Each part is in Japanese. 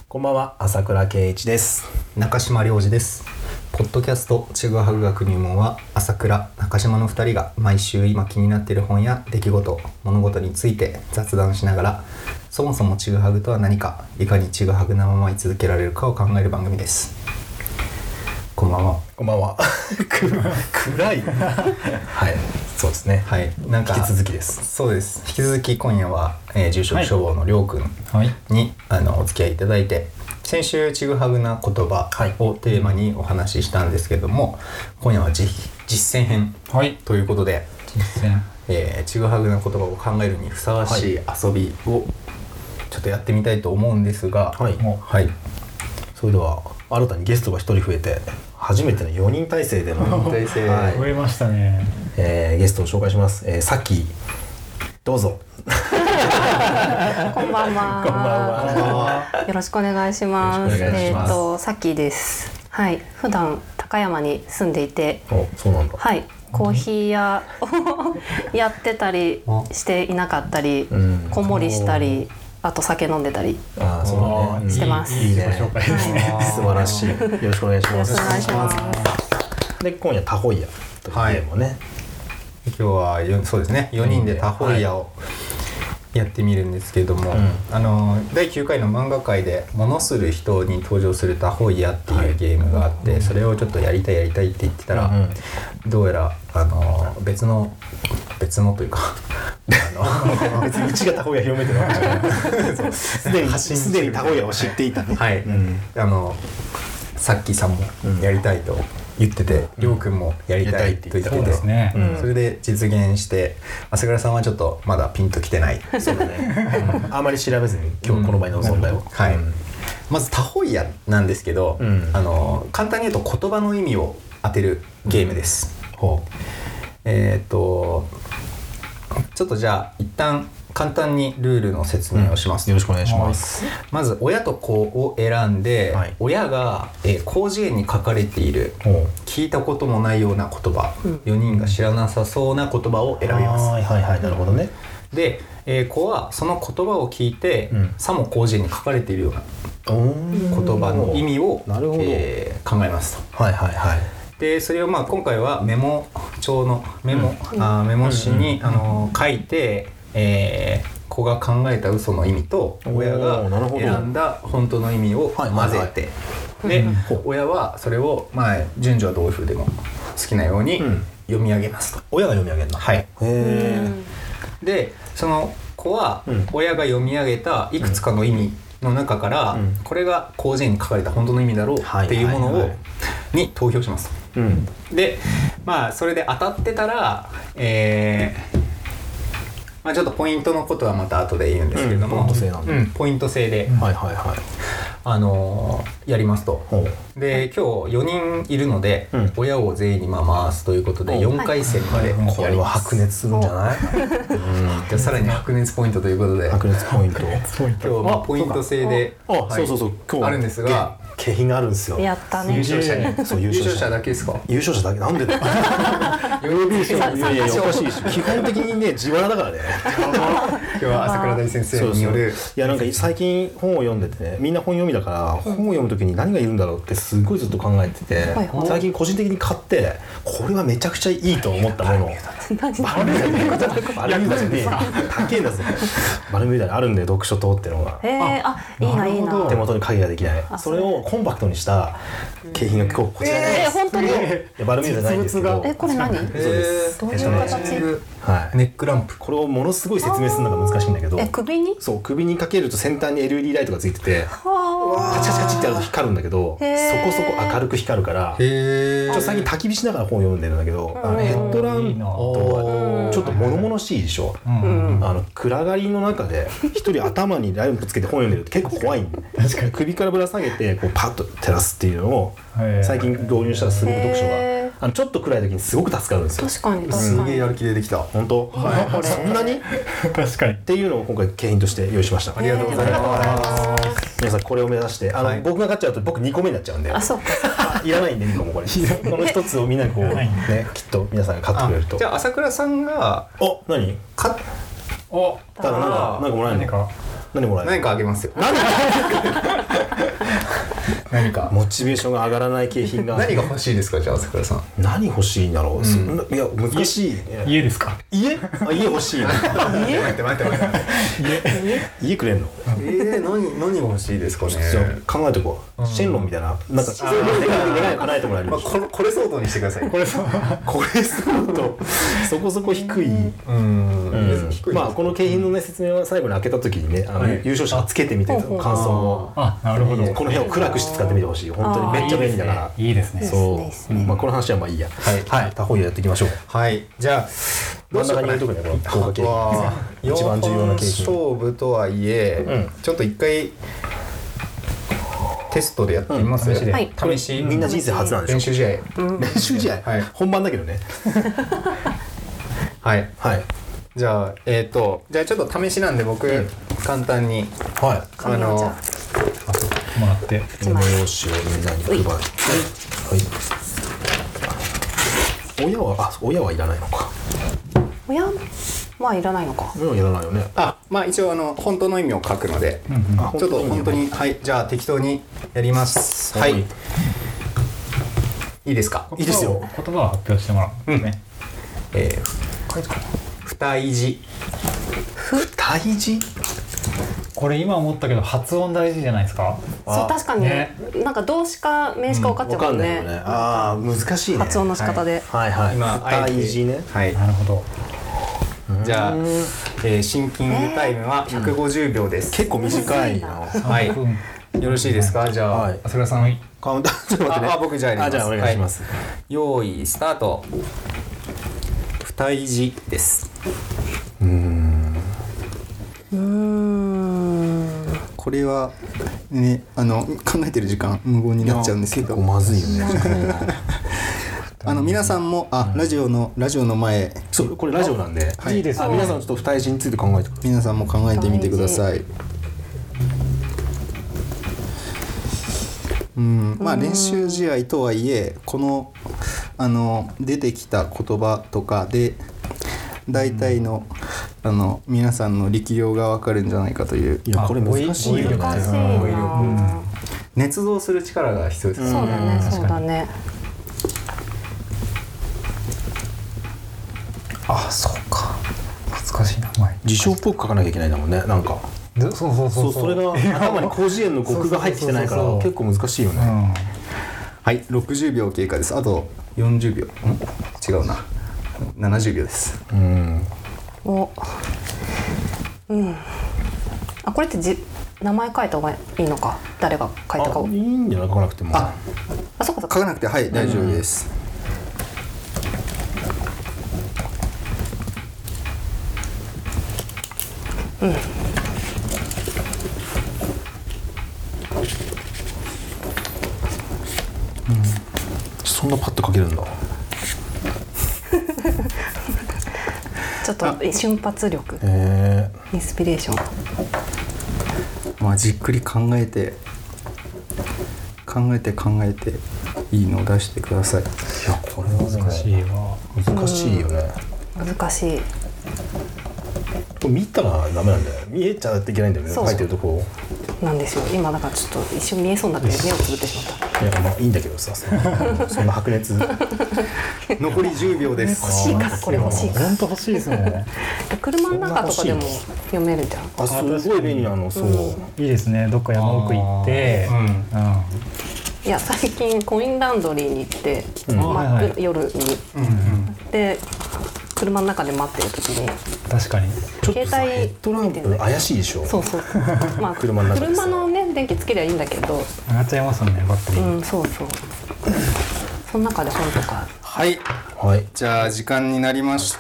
こんばんは、朝倉圭一です。 中島良二です。ポッドキャストちぐはぐ学入門は朝倉、中島の2人が毎週今気になっている本や出来事、物事について雑談しながら、そもそもちぐはぐとは何か、いかにちぐはぐなまま居続けられるかを考える番組です。こんばんは。 こんばんは。暗い。はい、そうですね。 はい、なんか引き続きです。 そうです。引き続き今夜は、住職処方のりょうくんに、お付き合いいただいて、先週ちぐはぐな言葉をテーマにお話ししたんですけども、今夜は実践編ということで、ちぐはぐな言葉を考えるにふさわしい遊びをちょっとやってみたいと思うんですが、 はい。それでは新たにゲストが1人増えて初めての4人体制での増えましたね。 ゲストを紹介します。さっきどうぞ。 こんばんは。 こんばんは。 よろしくお願いします。さっきです。はい。普段高山に住んでいて、 そうなんだ。 はい。コーヒー屋をやってたりしていなかったり、こもりしたり、あと酒飲んでたりしてます。 いいね。紹介ですね。素晴らしい。よろしくお願いします。 よろしくお願いします。 で今夜タホイヤというゲームをね。 今日はそうですね。4人でタホイヤをやってみるんですけれども、第9回の漫画界で物する人に登場するタホイヤっていうゲームがあって、それをちょっとやりたいって言ってたら、どうやら別のというか別にうちがタホイヤ広めてるわけじゃないすでにタホイヤを知っていたね。 はい、さっきさんもやりたいと言ってて、りょうくんもやりたいと言ってて、それで実現して、朝倉さんはちょっとまだピンときてない。 そうだね。あまり調べずに今日この場に臨んだよ。 はい。まずタホイヤなんですけど、簡単に言うと言葉の意味を当てるゲームです。ちょっとじゃあ一旦簡単にルールの説明をします。 よろしくお願いします。 まず親と子を選んで、親が広辞苑に書かれている聞いたこともないような言葉、4人が知らなさそうな言葉を選びます。 なるほどね。 で、子はその言葉を聞いて、さも広辞苑に書かれているような言葉の意味を、考えますと。でそれを今回はメモ帳のメモ紙に書いて、子が考えた嘘の意味と親が選んだ本当の意味を混ぜて、で親はそれを順序はどういう風でも好きなように読み上げますと。 親が読み上げるの。 はい。でその子は親が読み上げたいくつかの意味の中から、これが広辞苑に書かれた本当の意味だろうっていうものに投票しますと。でそれで当たってたら、ちょっとポイントのことはまた後で言うんですけれども、ポイント制でやりますと。で今日4人いるので、親を全員に回すということで4回戦までこれは白熱するんじゃない？ じゃあさらに白熱ポイントということで、 白熱ポイント今日ポイント制で今日あるんですが、 景品があるんですよ。 やったね。 優勝者だけですか？ 優勝者だけなんでだよ。いやおかしいし、基本的にね自腹だからね。 今日は朝倉大先生による。 いやなんか最近本を読んでてね、みんな本読みだから本を読むときに何がいるんだろうってすごいずっと考えてて、最近個人的に買ってこれはめちゃくちゃいいと思ったもの。バルミューダじゃねえよ。高いんだぜ。バルミューダにあるんで読書灯っていうのが。 いいな。 手元に影ができない。それをコンパクトにした景品がこちらに。 本当に？ バルミューダないんですけど。 これ何？どういう形？ ネックランプ。 これをものすごい説明するのが難しいんだけど。 首に？ そう、首にかけると先端に LED ライトがついてて、カチカチカチってやると光るんだけど、そこそこ明るく光るから。最近焚き火しながら本を読んでるんだけど、ヘッドランプはちょっと物々しいでしょ。暗がりの中で一人頭にライトつけて本読んでるって結構怖いんで。確かに首からぶら下げてこうパッと照らすっていうのを最近導入したらすごく読書がちょっと暗い時にすごく助かるんですよ。 確かにすげえやる気出てきた。 本当？そんなに？ 確かに。 っていうのを今回景品として用意しました。 ありがとうございます。 皆さんこれを目指して僕が勝っちゃうと僕2個目になっちゃうんで。 そうか。 いらないんで2個もこれ。この1つをみんなにこうねきっと皆さんが買ってくれると。 じゃあ朝倉さんが何？ 買ったらなんかもらえるの？ 何もらえる？ 何かあげますよ。 何かモチベーションが上がらない景品が。 何が欲しいですか、じゃあ朝倉さん。 何欲しいんだろう。いや難しい。 家ですか？ 家？家欲しい。 待って。 家くれんの？ 何が欲しいですかね。 考えてこう。シェンロンみたいななんか願いを叶えてもらえる。 これ相当にしてください。これ相当そこそこ低い。まあこの景品のね説明は最後に開けた時にね優勝者がつけてみて感想を。 なるほど。 この部屋を暗くして使ってみてほしい。本当にめっちゃ便利だから。 いいですね。 そう。まあこの話はまあいいや。はい。他方やっていきましょう。 はい。じゃあ真ん中に入れとくね、この豪華景品。一番重要な景品。 勝負とはいえ、ちょっと一回テストでやってみます。 試し。みんな人生初なんでしょ。 練習試合。 練習試合。本番だけどね。 はい。じゃあじゃあちょっと試しなんで僕簡単にもらってメモ用紙をみんなに配る。はい。親はいらないのか。 親はいらないのか。 親はいらないよね。 まあ一応本当の意味を書くので、ちょっと本当にじゃあ適当にやります。はい。いいですか。 いいですよ。 言葉を発表してもらうね。 二意地。 二意地。 これ今思ったけど発音大事じゃないですか。 そう確かになんか動詞か名詞か分かっちゃうもんね。 難しいね。 発音の仕方で。 今二意地ね。 なるほど。 じゃあシンキングタイムは150秒です。 結構短いな。 はい。よろしいですか。じゃあ朝倉さんカウンターちょっと待ってね。 僕じゃあやります。 じゃあお願いします。 用意スタート。二意地です。これはね考えてる時間無言になっちゃうんですけど。 結構まずいよね。 皆さんもラジオの前。 そうこれラジオなんで。 いいです。 皆さんちょっと二意地について考えてください。 皆さんも考えてみてください。まあ練習試合とはいえこの出てきた言葉とかで大体の皆さんの力量がわかるんじゃないかという。 いやこれ難しいよね。 捏造する力が必要です。 そうだね。 そうか。難しいな。 辞書っぽく書かなきゃいけないんだもんね。なんか。そうそれが頭に広辞苑の語句が入ってきてないから結構難しいよね。 はい、60秒経過です。あと40秒。違うな。70秒です。 これって名前書いた方がいいのか。誰が書いたかを。 いいんじゃない、書かなくても。 そうか。 書かなくて大丈夫です。 そんなパッと書けるんだ。 ちょっと瞬発力、インスピレーション。まあじっくり考えていいのを出してください。いやこれは難しいわ。難しいよね。 難しい。 これ見たらダメなんだよ。見えちゃっていけないんだよね。書いてるとこなんですよ。今だからちょっと一瞬見えそうになって目をつぶってしまった。 いやまあいいんだけどさ、そんな白熱。 残り10秒です。 欲しいからこれ欲しいから。 本当欲しいですね。車の中とかでも読めるじゃん。 すごい便利なの。そう。 いいですね。どっか山奥行って。 いや最近コインランドリーに行って夜にで車の中で待ってる時に。 確かに。 携帯ヘッドランプ怪しいでしょ。 そう。まあ車のね電気つけりゃいいんだけど。 上がっちゃいますもんねバッテリー。 そう。その中で本とか。 はい。じゃあ時間になりました。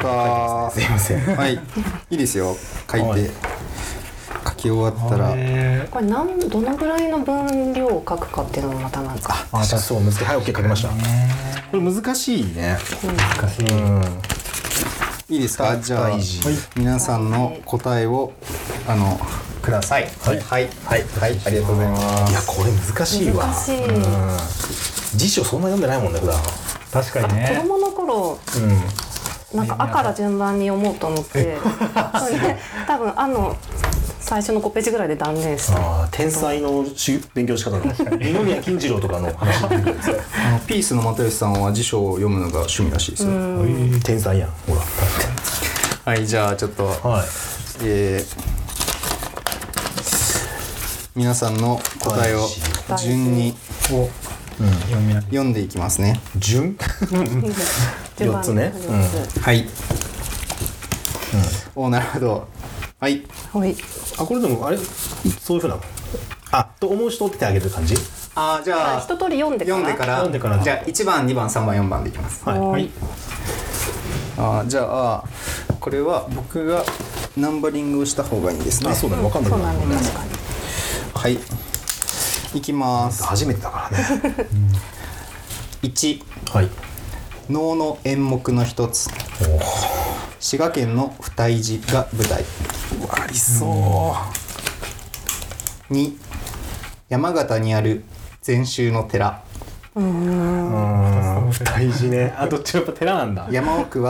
すいません。 はい。いいですよ。書き終わったら。 これどのぐらいの分量を書くかっていうのもまたなんか。 そう難しい。はい OK 書きました。これ難しいね。 難しい。 いいですか。じゃあ皆さんの答えをください。はい、ありがとうございます。 いやこれ難しいわ。辞書そんな読んでないもんね普段。 確かにね。 子供の頃、なんか「あ」から順番に読もうと思って、多分「あ」の最初の5ページぐらいで断念した。 天才の勉強の仕方だ。二宮金次郎とかの話出てくるんですよ。 ピースの又吉さんは辞書を読むのが趣味らしいですよ。 天才やん、ほら。 はい、じゃあちょっと、皆さんの答えを順に読んでいきますね。 4つね。 はい。なるほど。はい。 これでもあれそういうふうなの。と思う人ってあげる感じ。 じゃあ一通り読んでからじゃあ1番2番3番4番でいきます。 はい。 じゃあこれは僕がナンバリングをした方がいいんですね。 そうだね、分かんない。 そうなんね、確かに。 はい。いきます。 初めてだからね。 1、能の演目の一つ。滋賀県の不退寺が舞台。 ありそう。 2、山形にある禅宗の寺。 不退寺ね。どっちもやっぱ寺なんだ。 山奥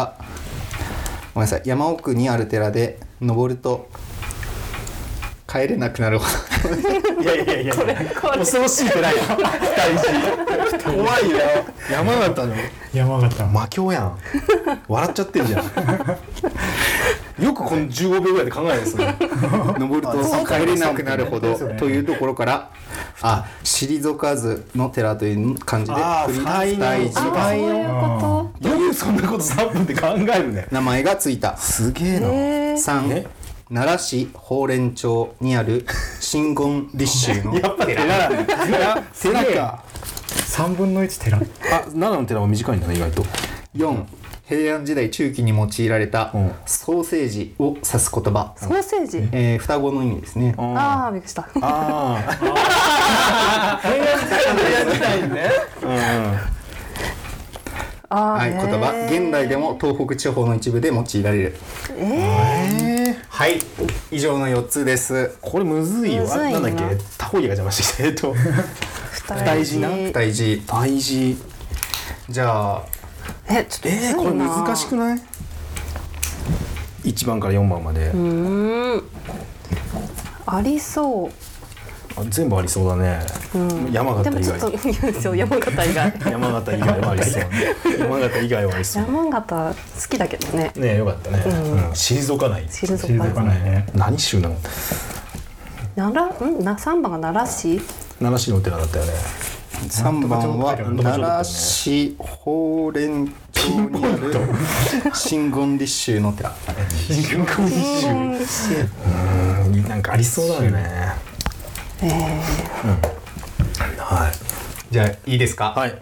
にある寺で登ると帰れなくなるほど。 いやこれ恐ろしい寺や。不退寺怖いよ。山形魔境やん。笑っちゃってるじゃん。よくこの15秒ぐらいで考えるんですね。 登ると帰れなくなるほどというところから退かずの寺という感じで不退寺よくそんなこと3分で考えるね。 名前がついた。 すげえな。 3、奈良市宝蓮町にある真言立宗のやっぱ寺か。 3分の1寺。 奈良の寺は短いんだね、意外と。 4、平安時代中期に用いられたソーセージを指す言葉。 ソーセージ、 双子の意味ですね。 びっくりした。 平安時代ね。 言葉、現代でも東北地方の一部で用いられる。はい、以上の4つです。 これむずいよ。なんだっけ、タホリが邪魔してきた。不退寺。じゃあちょっとこれ難しくない？ 1番から4番まで。 ありそう。 全部ありそうだね。山形以外。 でもちょっと山形以外。 山形以外はありそう。山形以外はありそう。 山形好きだけどね。 ね、よかったね。退かない。 退かないね。 何宗なの ？3番が奈良市？ 奈良市のお寺だったよね。 3番は奈良市宝蓮町にある真言立宗の寺。 真言立宗。なんかありそうだよね。 じゃあいいですか？ はい。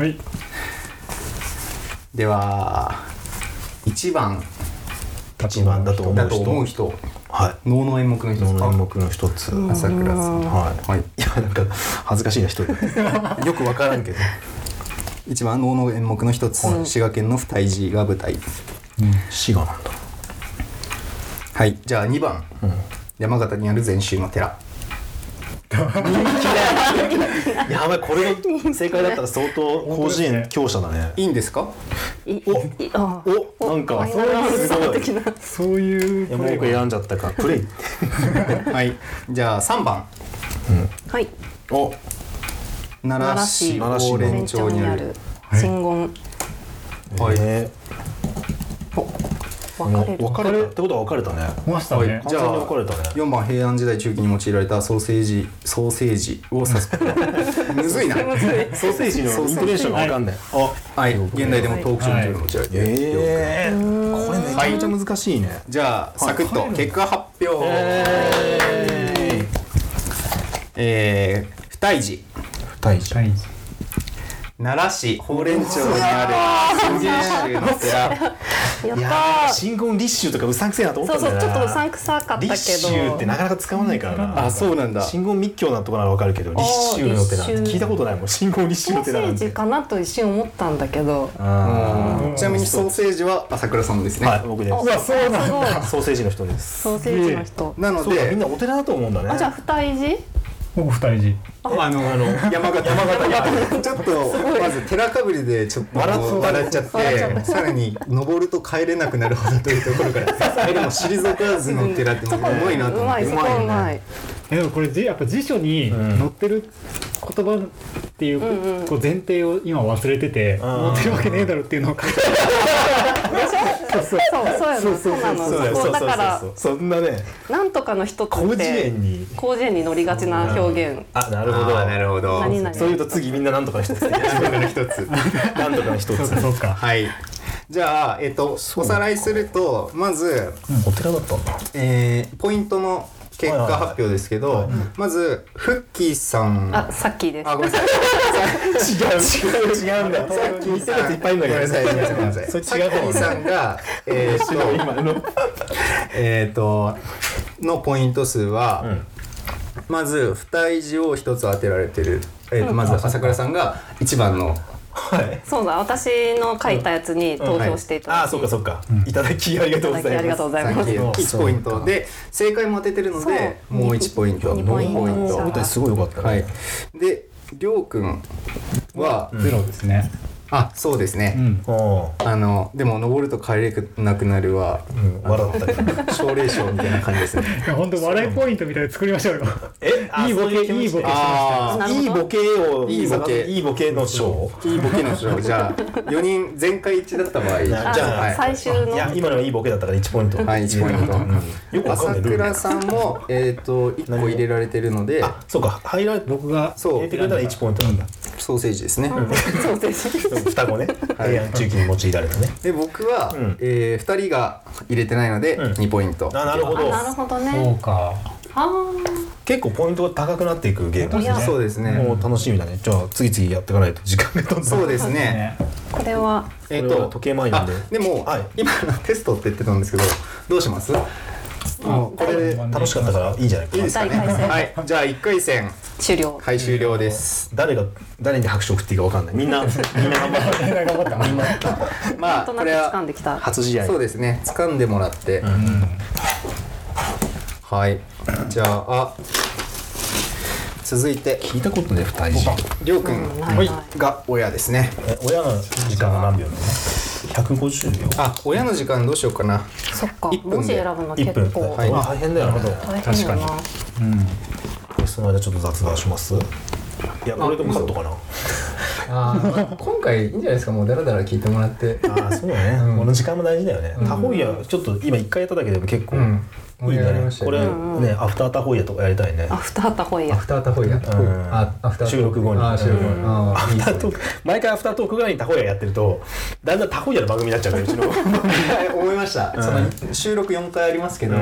では1番だと思う人。 能の演目の一つ。 能の演目の一つ。 朝倉さん。いや、なんか恥ずかしいな、一人。よくわからんけど。 1番能の演目の一つ。滋賀県の不退寺が舞台。 滋賀なんだ。 はい、じゃあ2番。山形にある禅宗の寺。 やばい、これが正解だったら相当広辞苑強者だね。 いいんですか？ なんかそういう山奥選んじゃったか。プレイ。 はい、じゃあ3番。奈良市宝蓮町にある真言。分かれたってことは分かれたね。 じゃあ4番平安時代中期に用いられたソーセージを指す。むずいな。ソーセージのイントネーションが分かんない。 現代でも東北地方に用いられてる。 これめちゃめちゃ難しいね。 じゃあサクッと結果発表。不退寺。奈良市宝蓮町にある真言宗の寺。 やったー。 真言立宗とかうさんくせえなと思ったんだよな。 ちょっとうさんくさかったけど。 立宗ってなかなか使わないからな。 そうなんだ。 真言密教なところならわかるけど、立宗の寺聞いたことないもん。真言立宗の寺なんて。 ソーセージかなと一瞬思ったんだけど。 ちなみにソーセージは朝倉さんですね。 僕です。 そうなんだ。 ソーセージの人です。 ソーセージの人。 なのでみんなお寺だと思うんだね。 じゃあ不退寺？ 僕二人山形ちょっとまず寺かぶりでちょっと笑っちゃってさらに登ると帰れなくなるほどというところからでも退かずの寺ってうまいなと思って。 うまい。 でもこれやっぱ辞書に載ってる言葉っていう、こう前提を今忘れてて、載ってるわけねえだろっていうのを書いてそうなの。だからそんなね、 なんとかの一つって広辞苑に乗りがちな表現。 あ、なるほどなるほど。 そういうと次みんななんとかの一つ、なんとかの一つ、なんとかの一つ。 そうか。 はい。じゃあおさらいすると、まずお寺だったんだ。 ポイントの結果発表ですけど、まずフッキーさん、 さっきです。 ごめんなさい。 違うんだ。さっき言ってたやついっぱいいるんだけど。 ごめんなさい。 それさっき違う方さんがのポイント数は、まず二重字を一つ当てられてる。まず朝倉さんが一番の。 そうだ、私の書いたやつに投票していただいて。 あ、そうか。いただきありがとうございます。 ありがとうございます。 1ポイントで正解も当ててるのでもう1ポイント。 2ポイント。 みたいすごい良かったね。 で、りょうくんはゼロですね。 あ、そうですね。でも登ると帰れなくなるは笑ったり奨励賞みたいな感じですね。 本当笑いポイントみたいに作りましょうよ。いいボケしました。 いいボケの賞。 いいボケの賞。じゃあ4人全会一致だった場合、じゃあ最終の、 いや今のはいいボケだったから1ポイント。 はい、1ポイント。よく朝倉さんも1個入れられてるので、 そうか、入られ僕が入れてくれたら1ポイントなんだ。 ソーセージですね。 ソーセージ。 双子ね。平安中期に用いられたね。 で、僕は2人が入れてないので2ポイント。 なるほど。 なるほどね。 そうか。 結構ポイントが高くなっていくゲームですね。 そうですね。 もう楽しみだね。じゃあ次々やっていかないと時間がどんどん。 そうですね。 これは時計回りなんで。 でも今のテストって言ってたんですけど、どうします？ これで楽しかったからいいんじゃないか。 いいですかね。はい。じゃあ1回戦終了。 はい、終了です。 誰に拍手を送っていいか分かんない。みんな頑張った。みんなまあこれは初試合。 そうですね。掴んでもらって。はい。じゃあ続いて聞いたことね、二人。 りょうくんが親ですね。 親の時間は何秒なの？150秒。 あ、親の時間どうしようかな。 そっか。もし選ぶの結構大変だよね。 確かに。 その間ちょっと雑談します。いや、これでもカットかな。 今回いいんじゃないですか。もうだらだら聞いてもらって。 そうだね。この時間も大事だよね。タホイヤちょっと今1回やっただけでも結構いいね。これね、アフタータホイヤとかやりたいね。 アフタータホイヤ。 収録後に。毎回アフタートークぐらいにタホイヤやってるとだんだんタホイヤの番組になっちゃうね、うちの。 思いました。その収録4回ありますけど、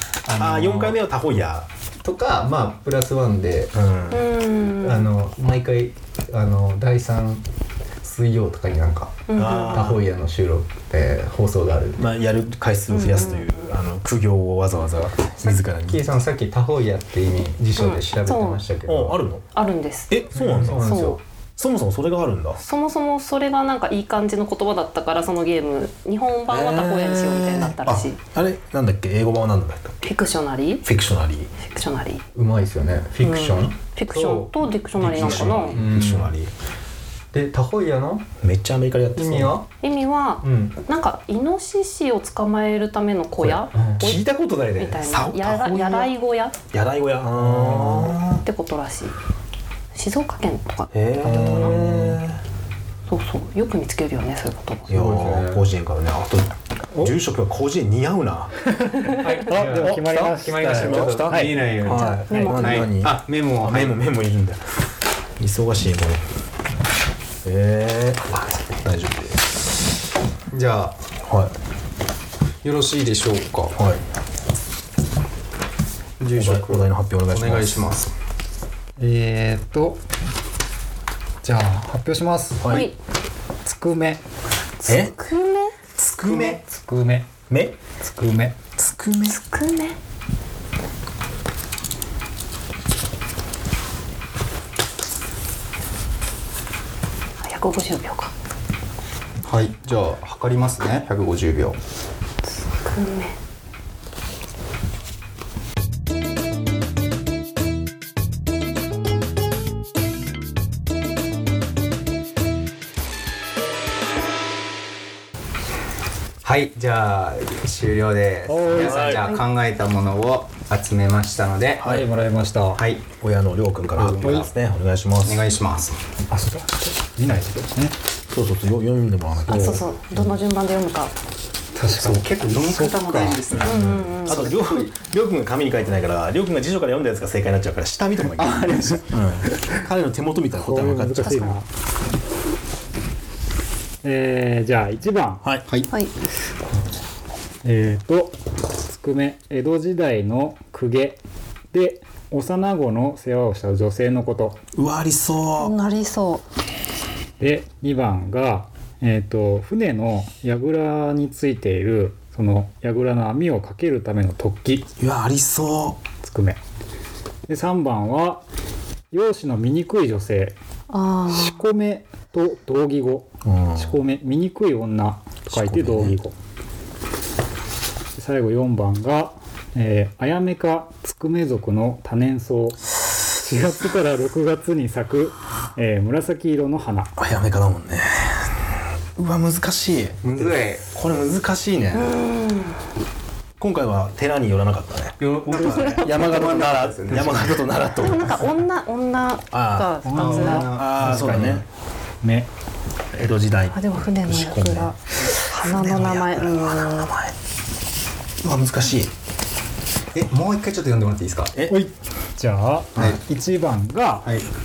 4回目はタホイヤとか、まあプラス1で毎回第3水曜とかになんかタホイヤの収録放送がある。 やる回数を増やすという苦行をわざわざ自らに。 キーさんさっきタホイヤって意味辞書で調べてましたけど、 あるの？ あるんです。 そうなんだ。 そうなんですよ。 そもそもそれがあるんだ。 そもそもそれがなんかいい感じの言葉だったから、そのゲーム日本版はタホイヤにしようみたいになったらしい。 あれなんだっけ、英語版はなんだっけ？ フィクショナリー。 フィクショナリー。 フィクショナリー。 うまいですよね。フィクション。 フィクションとディクショナリーなんかな。 フィクショナリー。 でタホイヤのめっちゃアメリカでやってる。 意味はなんかイノシシを捕まえるための小屋。 聞いたことないね。 みたいな。やらい小屋。 やらい小屋。 ってことらしい。静岡県とかって書いてあったかな。そうそう、よく見つけるよね、そういうこと。 いやー、広辞苑からね。あと住職は広辞苑似合うな。はい。 でも決まりました。 見えないように。メモいるんだよ。忙しいこれ。大丈夫です。 じゃあよろしいでしょうか。 はい。住職お題の発表お願いします。 じゃあ発表します。 はい。 つくめ。 つくめ。 150秒か。 はい、じゃあ測りますね。150秒。 つくめ。 はいじゃあ終了です。皆さんじゃあ考えたものを集めましたので、 はいもらいました。 はい親のりょうくんからですね、お願いします。 お願いします。 あそうだ見ないとですね。 そう読んでもらわなきゃ。 あそうどの順番で読むか。 確かに結構読み方も大事ですね。 あとりょうくんが紙に書いてないからりょうくんが辞書から読んだやつが正解になっちゃうから下見とかもいい。ありました。彼の手元みたいな答え分かっちゃう。 難しいな。じゃあ1番。 はいはい。 つくめ江戸時代の公家で幼子の世話をした女性のこと。 うわありそう。 なりそで2番が船の櫓についているその櫓の網をかけるための突起。 うわありそう。 つくめで3番は容姿の醜い女性。しこめと同義語。しこめ醜い女と書いて同義語。最後4番があやめかつくめ属の多年草。4月から6月に咲く、紫色の花。 あやめかだもんね。うわ難しい。 むずい。 これ難しいね。今回は寺に寄らなかったね。山形と奈良とう。なんか女が2つ。 ああそうだね。 目江戸時代。 あでも船の櫓。花の名前。 うわ難しい。 もう一回ちょっと読んでもらっていいですか。 じゃあ、1番が、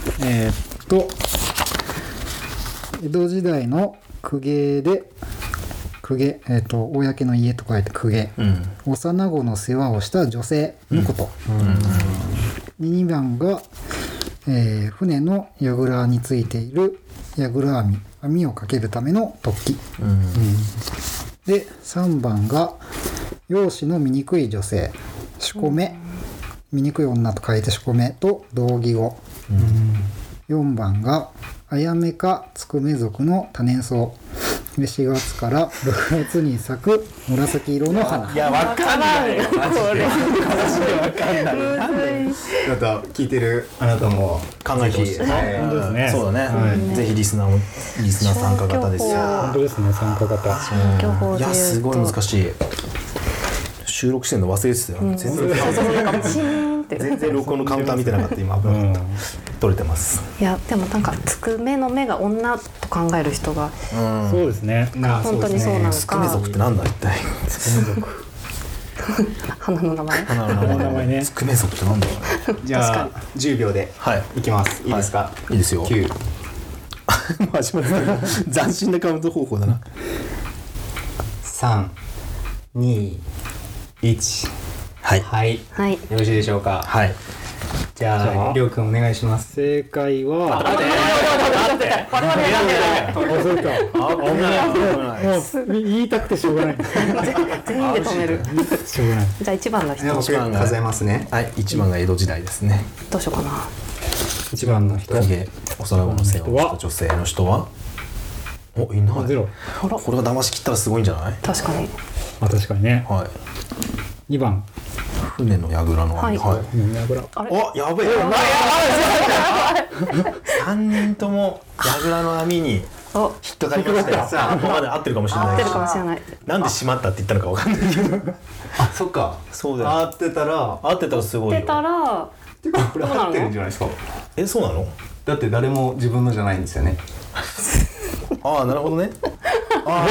江戸時代の公家で公の家と書いて公家、幼子の世話をした女性のこと。2番が、船の櫓についている櫓網をかけるための突起。で3番が容姿の醜い女性。しこめ醜い女と書いてしこめと同義語。4番があやめかつくめ属の多年草。で4月から6月に咲く紫色の花。 いやわかんないよ。マジでわかんない。 また聞いてるあなたも考えてほしい。 本当ですね。 そうだね。ぜひリスナー参加型ですよ。 本当ですね参加型。 いやすごい難しい。収録してるの忘れてたよ。全然録音のカウンター見てなかった今。取れてます。 いやでもなんかつくめの目が女と考える人がそうですね。 本当にそうなのか。 つくめ族ってなんだ一体。 つくめ族。 花の名前。 花の名前ね。 つくめ族ってなんだろうね。 じゃあ10秒でいきます。いいですか。 いいですよ。 9。 始まる。斬新なカウント方法だな。 3、2、1。はい。よろしいでしょうか。 はい。 じゃありょうくんお願いします。 正解は。 待って。 そうか。もう言いたくてしょうがない。 全員で止める。 しょうがない。 じゃあ1番の人。 数えますね。 はい。1番が江戸時代ですね。 どうしようかな。 1番の人。 幼子の世話をした女性の人は。おいない。 ゼロ。 これが騙し切ったらすごいんじゃない。 確かに。 確かにね。 はい。 2番。 船の櫓の網。 はい。 おやべえ。3人とも櫓の網に引っかかりましたよ。さあここまで合ってるかもしれない。 合ってるかもしれない。 なんで閉まったって言ったのかわかんないけど。 あそっか。 そうだよ。 合ってたらすごいよ。 合ってたら。 てかこれ合ってるんじゃないですか。 そうなの？ だって誰も自分のじゃないんですよね。 ああなるほどね。ああ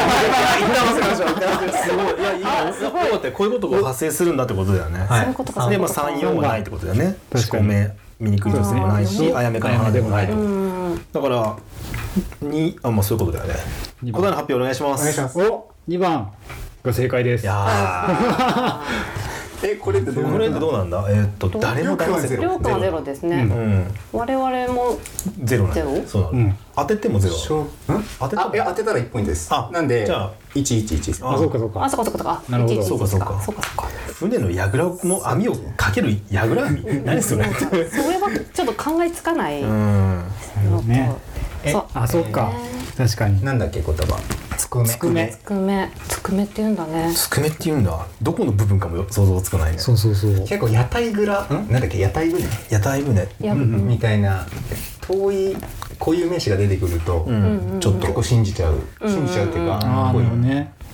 すごい。いやいいな。すごいってこういうことが発生するんだってことだよね。 そういうことか。 でまあ3、4はないってことだよね。しこめ醜い女性もないしあやめかの花でもないと。だから2まあそういうことだよね。答えの発表お願いします。 お願いします。お2番が正解です。 いやこれってどうなんだ。誰も騙せりょうくんはゼロですね。我々もゼロなんだ。そうなの。当ててもゼロ。 当てたら1ポイントです。なんでじゃあ111。 あそうかそうか。 あそうかそうか。 なるほど。 そうか。船の櫓の網をかける櫓網。何それ。 それはちょっと考えつかない。 ね。そうか。確かに。 なんだっけ言葉。つくめって言うんだね。 つくめって言うんだ。どこの部分かも想像つかないね。 そう。 結構屋台蔵なんだっけ屋台船みたいな遠い固有名詞が出てくるとちょっと結構信じちゃうっていうか。 ね。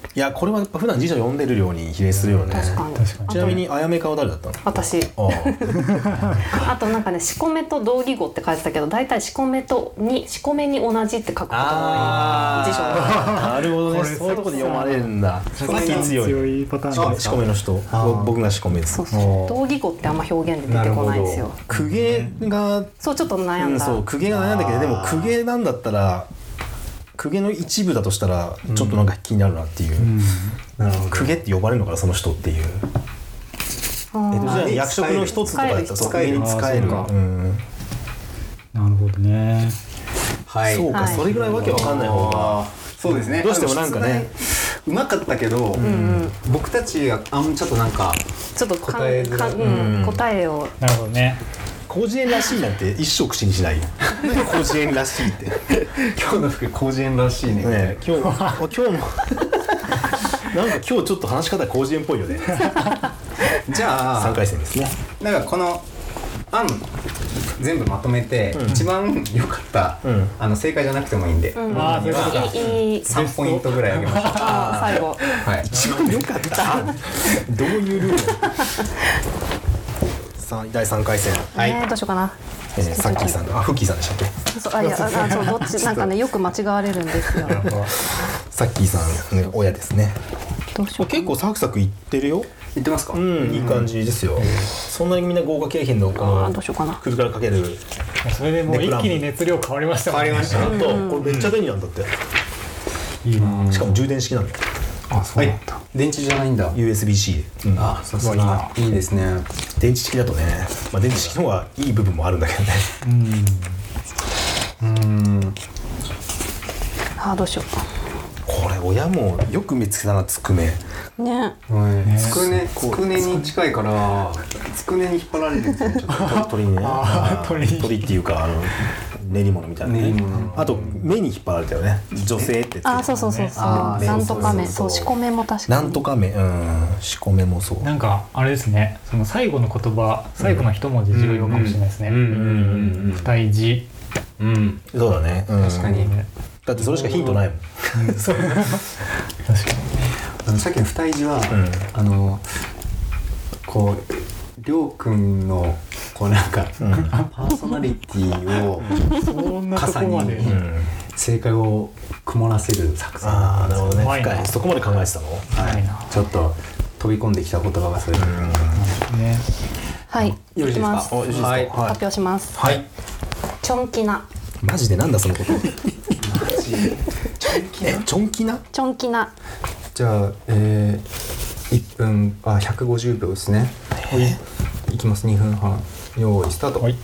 いやこれはやっぱ普段辞書読んでるように比例するよね。 確かに。 ちなみにあやめかは誰だったの？ 私。あとなんかね、しこめと同義語って書いてたけど、だいたいしこめに同じって書くことが多い辞書。 なるほどね。そういうとこで読まれるんだ。さっき強いパターン。 しこめの人。僕がしこめです。 そうそう。同義語ってあんま表現で出てこないんですよ。 公家がそうちょっと悩んだ。 そう公家が悩んだけど、でも公家なんだったら。公家の一部だとしたらちょっとなんか気になるなっていう、公家って呼ばれるのかなその人っていう。江戸時代に役職の一つとかだったら公家に使えるか。 なるほどね。 はい。 そうか、それぐらいわけわかんない方が。 そうですね。 どうしてもなんかねうまかったけど、僕たちがちょっとなんかちょっと答えを。 なるほどね。 広辞苑らしいなんて一生口にしないよ。広辞苑らしいって。 今日の服広辞苑らしいね。 今日もなんか今日ちょっと話し方広辞苑っぽいよね。 じゃあ 3回戦ですね。 なんかこの案全部まとめて、一番良かった、正解じゃなくてもいいんで、3ポイントぐらいあげましょう。 最後。 一番良かった。どういうルール？第3回戦。 どうしようかな。 さっきーさんがフッキーさんでしたっけ？ そうどっちなんかねよく間違われるんですよ。 さっきーさんね親ですね。 どうしよう。 結構サクサクいってるよ。 いってますか？ いい感じですよ。そんなにみんな豪華景品のこのどうしようかな。 くるからかける。 それでもう一気に熱量変わりましたもんね。 変わりました。これめっちゃ便利なんだって。しかも充電式なんだ。 あ、そうなんだ。電池じゃないんだ。 USB-C で。 あ、さすがいいですね。 電池式だとね、電池式の方がいい部分もあるんだけどね。 どうしようか。 これ親もよく見つけたな、つくね。 ね。 つくねに近いからつくねに引っ張られるんですね。 鳥にね。鳥っていうか練り物みたいなね。あと目に引っ張られたよね。女性って。 そう。なんとか目。そう、しこめも確かに。 なんとか目。しこめもそう。 なんかあれですね。その最後の言葉、最後の一文字重要かもしれないですね。二重字。 そうだね。 確かに。 だってそれしかヒントないもん。 確かに。さっきの二重字はこうりょうくんのこうなんかパーソナリティを傘に正解を曇らせる作戦なるほどね。深い。そこまで考えてたの？ ちょっと飛び込んできた言葉がそれで。 はい。 よろしいですか？ 発表します。 はい。 ちょんきな。 マジでなんだそのこと？ちょんきな？ ちょんきな。 じゃあ1分150秒ですね。いきます。2分半。用意スタート。はい。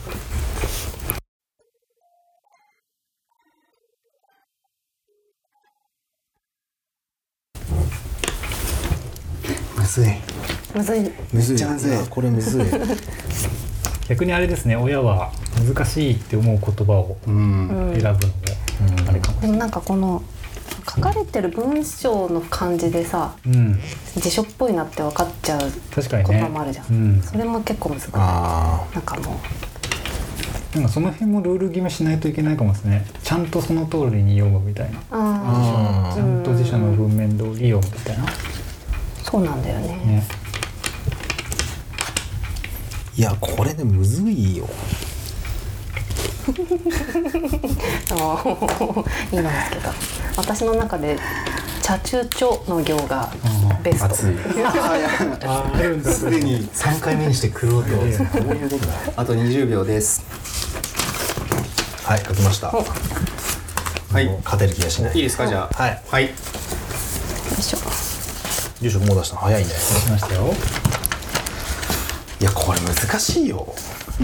むずい。めっちゃむずい。 これむずい。 逆にあれですね。親は難しいって思う言葉を選ぶのもあれかも。 でもなんかこの書かれてる文章の感じでさ、辞書っぽいなって分かっちゃう言葉もあるじゃん。それも結構難しい。なんかもうなんかその辺もルール決めしないといけないかもですね。ちゃんとその通りに読むみたいな。ちゃんと辞書の文面通り読むみたいな。 そうなんだよね。 いやこれねむずいよ。 いいのですけど、私の中で茶中茶の行がベスト。 熱い。 すでに3回目にしてくろうと。あと20秒です。 はい、書きました。はい、勝てる気がしない。 いいですか、じゃあ。はい。よいしょ。 住所もう出した。早いね。 出しましたよ。 いや、これ難しいよ。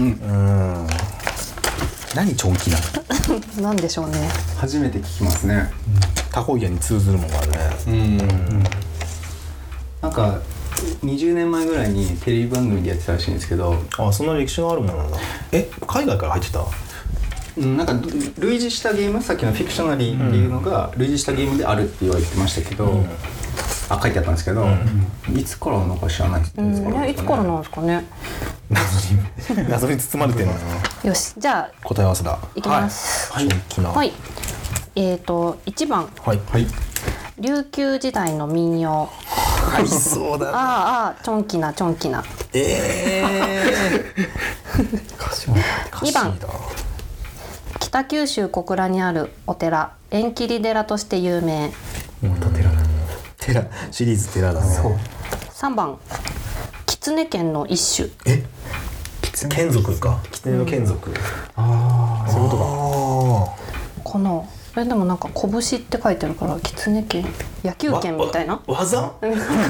何ちょんきなの？なんでしょうね。 初めて聞きますね。 タコイヤに通ずるものがあるね。 なんか20年前ぐらいにテレビ番組でやってたらしいんですけど。 そんな歴史があるものなんだ。海外から入ってた？ なんか類似したゲーム、さっきのフィクショナリーっていうのが類似したゲームであるって言われてましたけど、書いてあったんですけど、いつからなのか知らないですね。 いつからなんですかね。 謎に包まれてるな。 よし、じゃあ答え合わせだ。 いきます。 はい。 1番。 はい。 琉球時代の民謡。 ありそうだな。 ああ、ちょんきなちょんきな。2番、北九州小倉にあるお寺、縁切寺として有名。 寺シリーズ寺だね。 3番、狐剣の一種。 剣族か。狐の剣族。ああ、そういうことか。 このでもなんか拳って書いてるから狐剣、野球剣みたいな技これ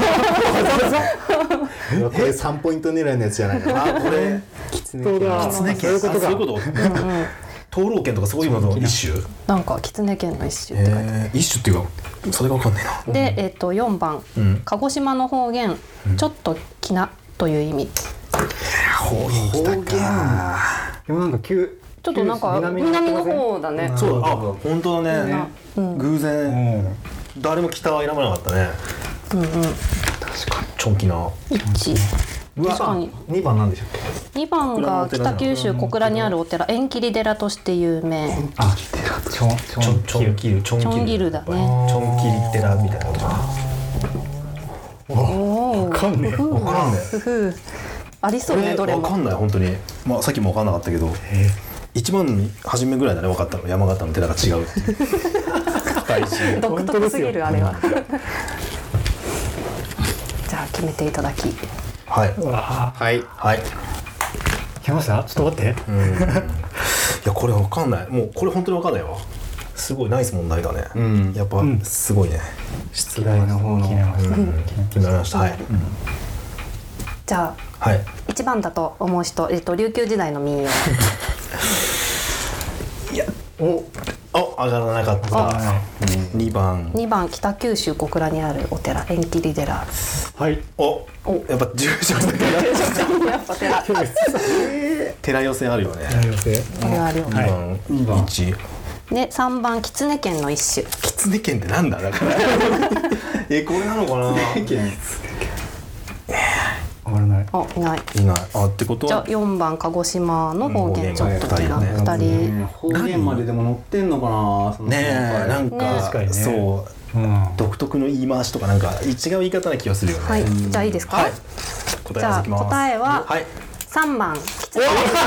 3ポイント狙いのやつじゃないかな。 これ狐剣、そういうこと。灯籠剣とかそういうのの一種。 なんか狐剣の一種って書いてある。 一種っていうかそれが分かんないな。 で4番、鹿児島の方言、ちょっときなという意味。 方言きたか。 でもなんかちょっとなんか南の方だね。 そうだ、本当だね。偶然誰も北は選ばなかったね。確かに。ちょんきな。 確かに。 2番なんでしょうっ 2番が北九州小倉にあるお寺、縁切寺として有名。 ちょんきるだね。ちょんきり寺みたいなことかな。 おお。わかんねえ。ありそうね、どれも。 わかんない本当に。まあさっきもわかんなかったけど。一番初めぐらいだね、分かったの。山形の寺が違うっていう独特すぎるあれは。じゃあ決めていただき。 はい。 来ました。ちょっと待って。 いやこれ分かんない。もうこれ本当に分かんないわ。すごいナイス問題だね。やっぱすごいね。 出題の方の決めました。はい。 じゃあ1番だと思う人、琉球時代の民謡。 いや、上がらなかった。2番北九州小倉にあるお寺、縁切寺。 はい。 やっぱ住所やっぱ寺。 寺寄せあるよね。 寺あるよね。 2番1 で3番狐剣の一種。 狐剣ってなんだだから。これなのかな。 いない。 ってことはじゃあ4番鹿児島の方言、ちょっと違う2人。 方言まででも載ってんのかな。 ねえ、なんかそう独特の言い回しとかなんか違う言い方な気がするよね。 はい、じゃあいいですか。じゃあ答えは3番狐。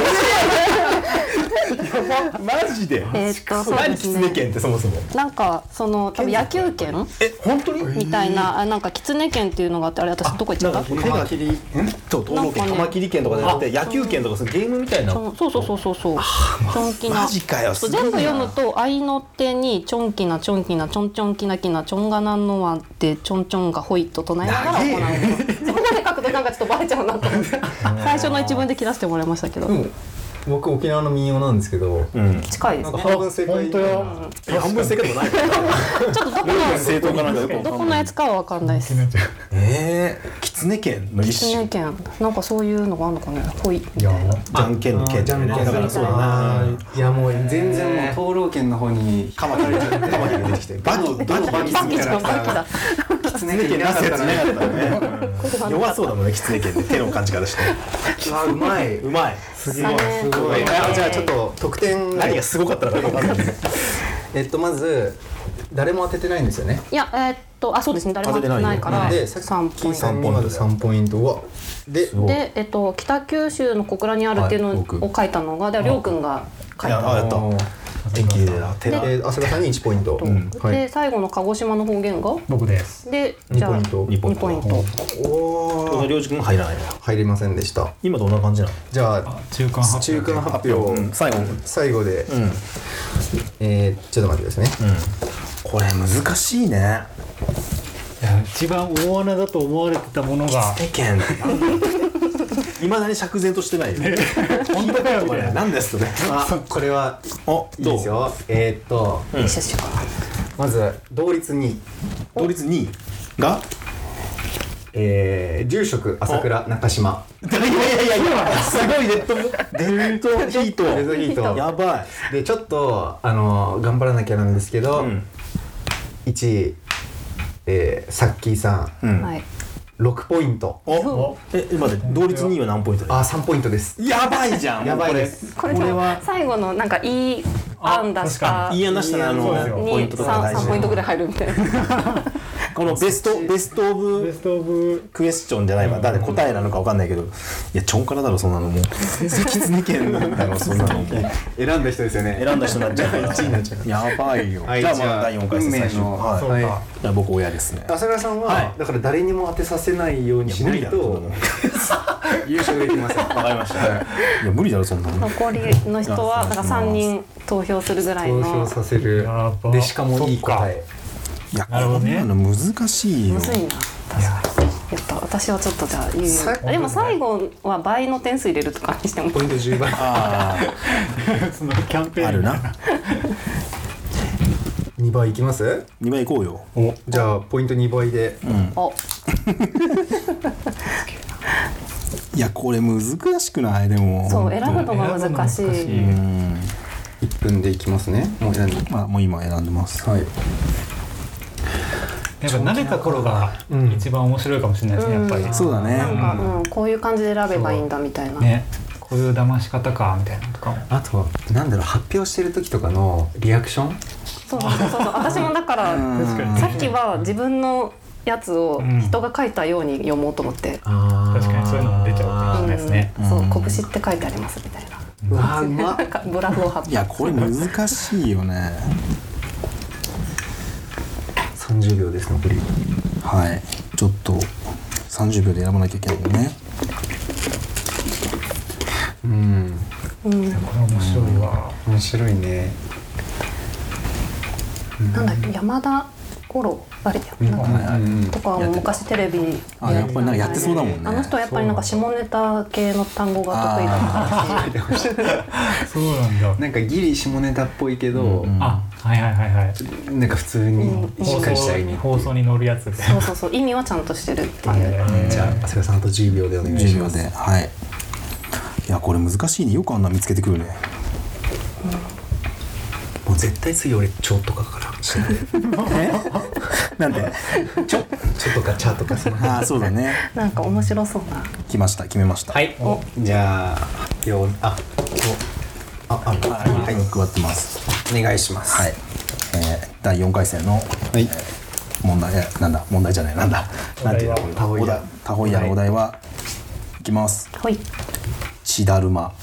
マジで。何狐剣ってそもそも。 なんかその多分野球拳本当にみたいな、なんか狐剣っていうのがあって、あれ私どこ行っちゃった？ カマキリカマキリ剣とかじゃなくて野球剣とかゲームみたいな。 そう。ちょんきな。 マジかよ。 全部読むと合いの手にちょんきなちょんきなちょんちょんきなきなちょんがなんのわってちょんちょんがほいと唱えながら行う。そこまで書くとなんかちょっとバレちゃうなと思って最初の一文で切らせてもらいましたけど。 僕沖縄の民謡なんですけど、 近いですね。 半分正解。 半分正解でもないから。 ちょっとどこのやつかは分かんないです。 狐剣の一種。 狐剣なんかそういうのがあるのかね。ほいみたいな。 じゃんけんの剣。だからそうだな。 いやもう全然もう灯籠剣の方にカマキリが出てきて。バキみたいな。狐剣なせやつなかったね。弱そうだもんね、狐剣って手の感じからして。 うまい。 すごい。 じゃあちょっと得点何がすごかったのか分かんない。 まず誰も当ててないんですよね。 いやそうですね、誰も当ててないからでさっき3ポイント3ポイントはで北九州の小倉にあるっていうのを書いたのがりょうくんが書いた。 やった。縁切寺。 で浅田さんに1ポイント。 で最後の鹿児島の方言が僕です。 でじゃあ2ポイント。 りょうじくん入らない。 入りませんでした。 今どんな感じなの？ じゃあ中間発表最後でちょっと待ってですね。 これ難しいね。 一番大穴だと思われてたものが狐剣。いまだに釈然としてないよ。 本当かよみたいな。 何ですね。 これはいいですよ。まず同率2 位が住職朝倉中島。 いやすごいデルトヒートやばい。 でちょっと頑張らなきゃなんですけど、1位サッキーさん6ポイント。 待って同率2位は何ポイントで？ 3ポイントです。 やばいじゃん。 やばいです。 これは最後のなんかいい案出したいい案出したらポイントとか大事 3ポイントぐらい入るみたいなこのベストオブクエスチョンじゃないわ、誰答えなのか分かんないけど、いやちょんからだろそんなのもうキツネ県だろそんなのもう選んだ人ですよね。 選んだ人になっちゃうから1位になっちゃうやばいよ。じゃあまあ第4回戦最初、じゃあ僕親ですね。 朝倉さんはだから誰にも当てさせないようにしないと優勝できません。 わかりました。いや無理だろそんなの。 残りの人はだから3人投票するぐらいの投票させるでしかもいい答え。 いやこんなの難しいよ。 むずいな。確かにやっぱ私はちょっとじゃあでも最後は倍の点数入れるとかにしてもポイント10倍そのキャンペーンあるな。 2倍いきます？ 2倍いこうよ。 じゃあポイント2倍で。 おいやこれ難しくない？でもそう選ぶのが難しい。 1分でいきますね。もう選んで、 もう今選んでます。 はい。 やっぱ慣れた頃が一番面白いかもしれないですね、やっぱり。 そうだね。 なんか、こういう感じで選べばいいんだみたいな。 ね、こういう騙し方かみたいなとかも。 あとなんだろう、発表してる時とかのリアクション。 そう私もだからさっきは自分のやつを人が書いたように読もうと思って。 確かにそういうのも出ちゃうかもしれないですね。 そう拳って書いてありますみたいな。 うわうまっ。 ブラフを貼って。 いやこれ難しいよね。 30秒です残り。 はいちょっと30秒で選ばなきゃいけないよね。 これ面白いわ。 面白いね。 なんだっけ山田五郎あれなんかとかも昔テレビでやっぱりなんかやってそうだもんね。 あの人はやっぱりなんか下ネタ系の単語が得意だったし。 そうなんだ。 なんかギリ下ネタっぽいけど、 あ、はいなんか普通にしっかりした意味。 放送に乗るやつで。 そう意味はちゃんとしてるっていう。 じゃあ朝倉さんあと10秒でお願いします。 10秒ではい。いやこれ難しいね。よくあんな見つけてくるね。 もう絶対次俺ちょとかから。 なんで？ ちょとかチャとかその。 あそうだね。 なんか面白そうな。 決めました。 はい。じゃあ発表はい加わってます。 お願いします。 はい。第4回戦の問題問題じゃないなんだなんていうのタホイヤのお題はいきます。 はい。 チダルマ。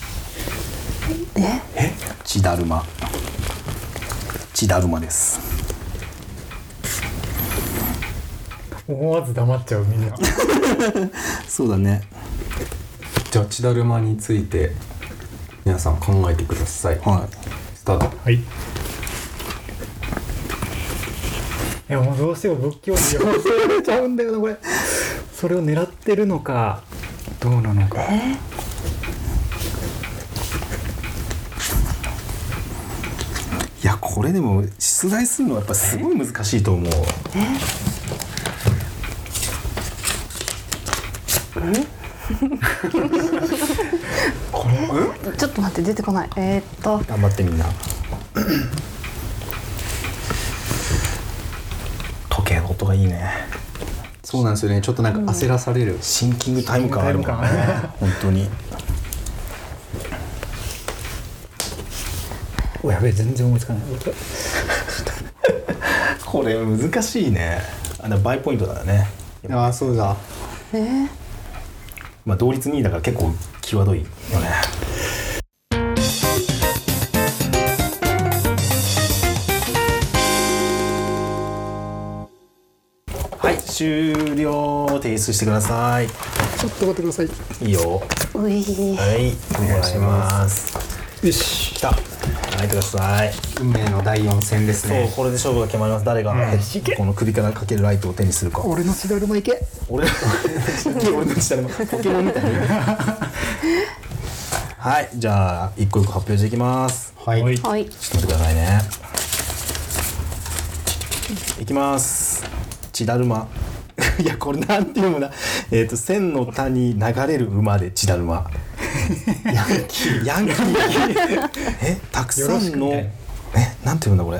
チダルマ。チダルマです。 思わず黙っちゃうみんな。 そうだね。 じゃあチダルマについて皆さん考えてください。 はい。 スタート。 はい。いやもうどうしても仏教に忘れちゃうんだよなこれ。それを狙ってるのかどうなのか。 いやこれでも出題するのはやっぱすごい難しいと思う。 ちょっと待って出てこない。 頑張ってみんな。時計の音がいいね。 そうなんですよね。ちょっとなんか焦らされる。 シンキングタイム感あるもんね。本当に。 おやべえ全然思いつかない。 これ難しいね。でも倍ポイントだね。 ああそうだ。 まあ同率2位だから結構際どいよね。はい終了。提出してください。 ちょっと待ってください。 いいよ。 うい。 はいお願いします。 よし来た。入ってください。 運命の第4戦ですね。 そうこれで勝負が決まります。誰がこの首からかけるライトを手にするか。 俺のチダルマいけ。 俺の下でポケモンみたいな。はいじゃあ一個一個発表していきます。 はい。 はい。 ちょっと待ってくださいね。いきます。チダルマ。いやこれなんていうのな。千の田に流れる馬でチダルマ。ヤンキー。たくさんのなんていうんだこれ。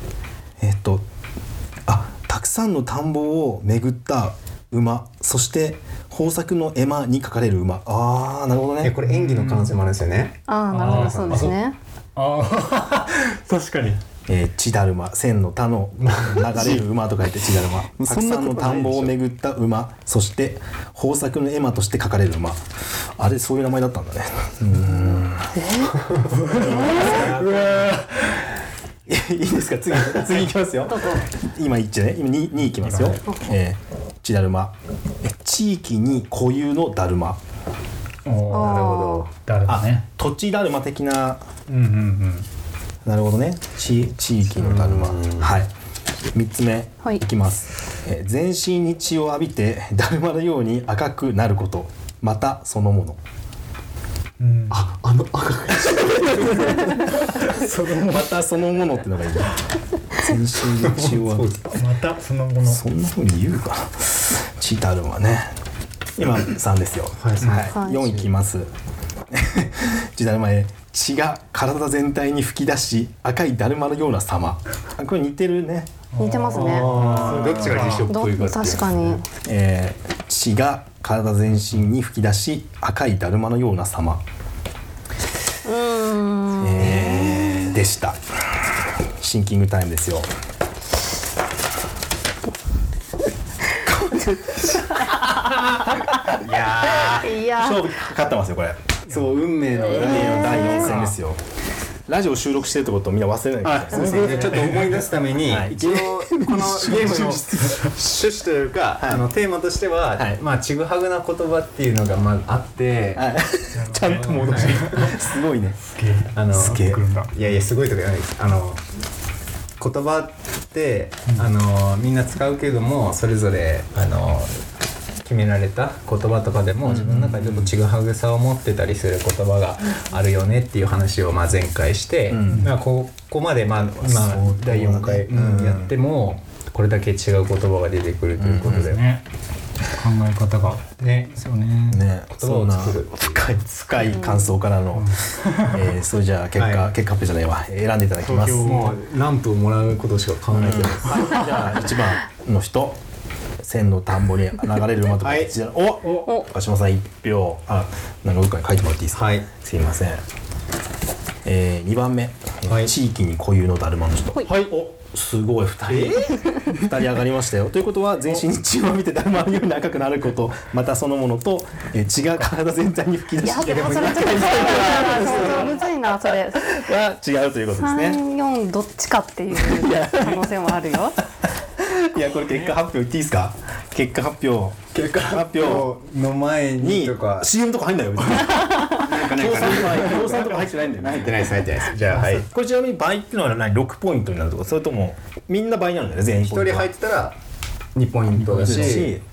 たくさんの田んぼを巡った馬、そして豊作の絵馬に書かれる馬。ああなるほどね。 これ演技の可能性もあるんですよね。 ああなるほどそうですね。 あ確かに。 血だるま、千の田の流れる馬と書いて血だるま。たくさんの田んぼを巡った馬、そして豊作の絵馬として書かれる馬。あれそういう名前だったんだね。いいですか、次いきますよ。今1ね、今 2いきますよ。血だるま、地域に固有のだるま。 なるほど。 だるまね。 土地だるま的な。なるほどね。地域のだるま。はい。3つ目、いきます。全身に血を浴びてだるまのように赤くなること、またそのもの。赤くまたそのものってのがいいね。全身に血を浴びてまたそのもの。 そんな風に言うかな。血だるまね。今3ですよ。はい。4いきます。血だるまへ。血が体全体に吹き出し赤いだるまのような様。これ似てるね。 似てますね。 どっちが辞書っぽいかって。 確かに。 血が体全身に吹き出し赤いだるまのような様。でした。シンキングタイムですよ。いや勝負かかってますよこれ。 そう運命の第4戦ですよ。ラジオ収録してるってことをみんな忘れないでください。 ちょっと思い出すために、一応このゲームの趣旨というか、テーマとしては、まあちぐはぐな言葉っていうのがまああって、 ちゃんと戻してすごいね。 すげえ。いやいやすごいとかじゃないです。言葉ってみんな使うけどもそれぞれ決められた言葉とかでも自分の中でちょっとちぐはぐさを持ってたりする言葉があるよねっていう話をまあ前回して、ここまでまあ今第4回やってもこれだけ違う言葉が出てくるということで、 考え方がねですよね。 言葉を作る深い感想からのそれじゃあ結果発表じゃないわ、選んでいただきます。 もうランプをもらうことしか考えてないです。 じゃあ1番の人、千の田んぼに流れる馬とか、お鹿島さん1票。なんかどっかに書いてもらっていいですか。すいません。2番目、地域に固有のだるまの人。すごい2人上がりましたよ。ということは全身に血を浴びてだるまのように赤くなること、またそのものと、血が体全体に吹き出していやでもそれちょっとむずいなそれは違うということですね。 3、4どっちかっていう可能性もあるよ。 いやこれ結果発表言っていいですか。結果発表の前にとか CM とか入んないよ別に。協賛とか入ってないんだよね。 入ってないです。じゃあこれちなみに倍っていうのは何、6ポイントになるとか、それともみんな倍なんだよね。全員 1人入ってたら2ポイントだし、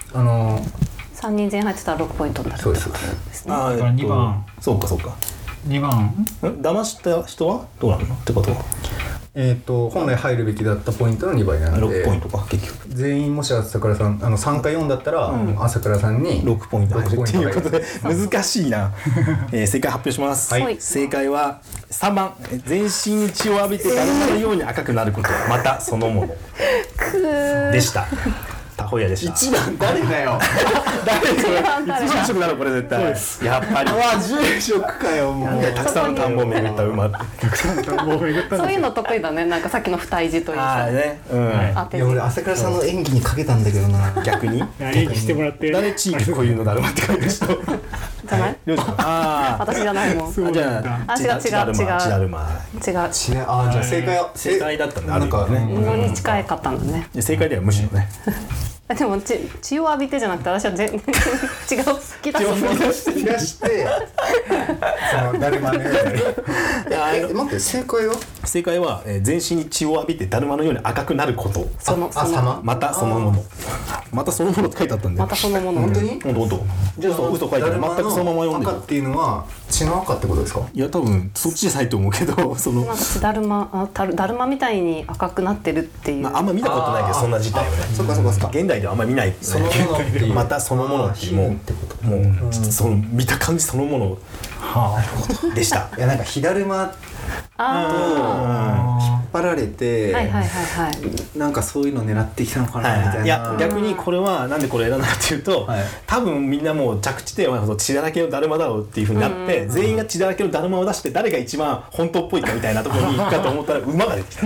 3人全員入ってたら6ポイントになる。 そうです。 2番。 そうか 2番騙した人はどうなのってことは本来入るべきだったポイントの2倍なので 6ポイントか結局。 全員もし朝倉さん3か4だったら、朝倉さんに 6ポイント入るっていうことで難しいな。正解発表します。正解は3番、全身に血を浴びてだるまのように赤くなること、またそのものでした。タホヤでした。 1番誰だよ。 住職なのこれ絶対。やっぱり。 住職かよもう。 たくさんの田んぼを巡った馬。 そういうの得意だね。なんかさっきの不退治というか。 いや俺朝倉さんの演技にかけたんだけどな。 逆に。 演技してもらって。 誰地域固有のだるまって書いてる人。 じゃない？私じゃないもん。 じゃあ違う。 じゃあ正解だったんだ。 なんかね。に近かったんだね。 正解ではむしろね。 でも血を浴びてじゃなくて私は全然違う吹き出してそのだるまのように。待って正解は全身に血を浴びてだるまのように赤くなること。またそのもの。またそのものって書いてあったんで。 またそのもの。 本当に？ 本当。じゃあ嘘書いてない。全くそのまま読んでる。 赤っていうのは血の赤ってことですか？ いや多分そっちじゃないと思うけど、そのなんかだるまみたいに赤くなってるっていう。 あんま見たことないけどそんな事態をね。 そっか。 現代ではあんまり見ない。 そのものっていう。 またそのものっていうもうその見た感じそのものでした。 いやなんか火だるまと張られて、なんかそういうの狙ってきたのかなみたいな。 いや逆にこれはなんでこれ選んだかっていうと、多分みんなもう着地点は血だらけのだるまだろうっていう風になって、全員が血だらけのだるまを出して誰が一番本当っぽいかみたいなところに行くかと思ったら馬が出てきた。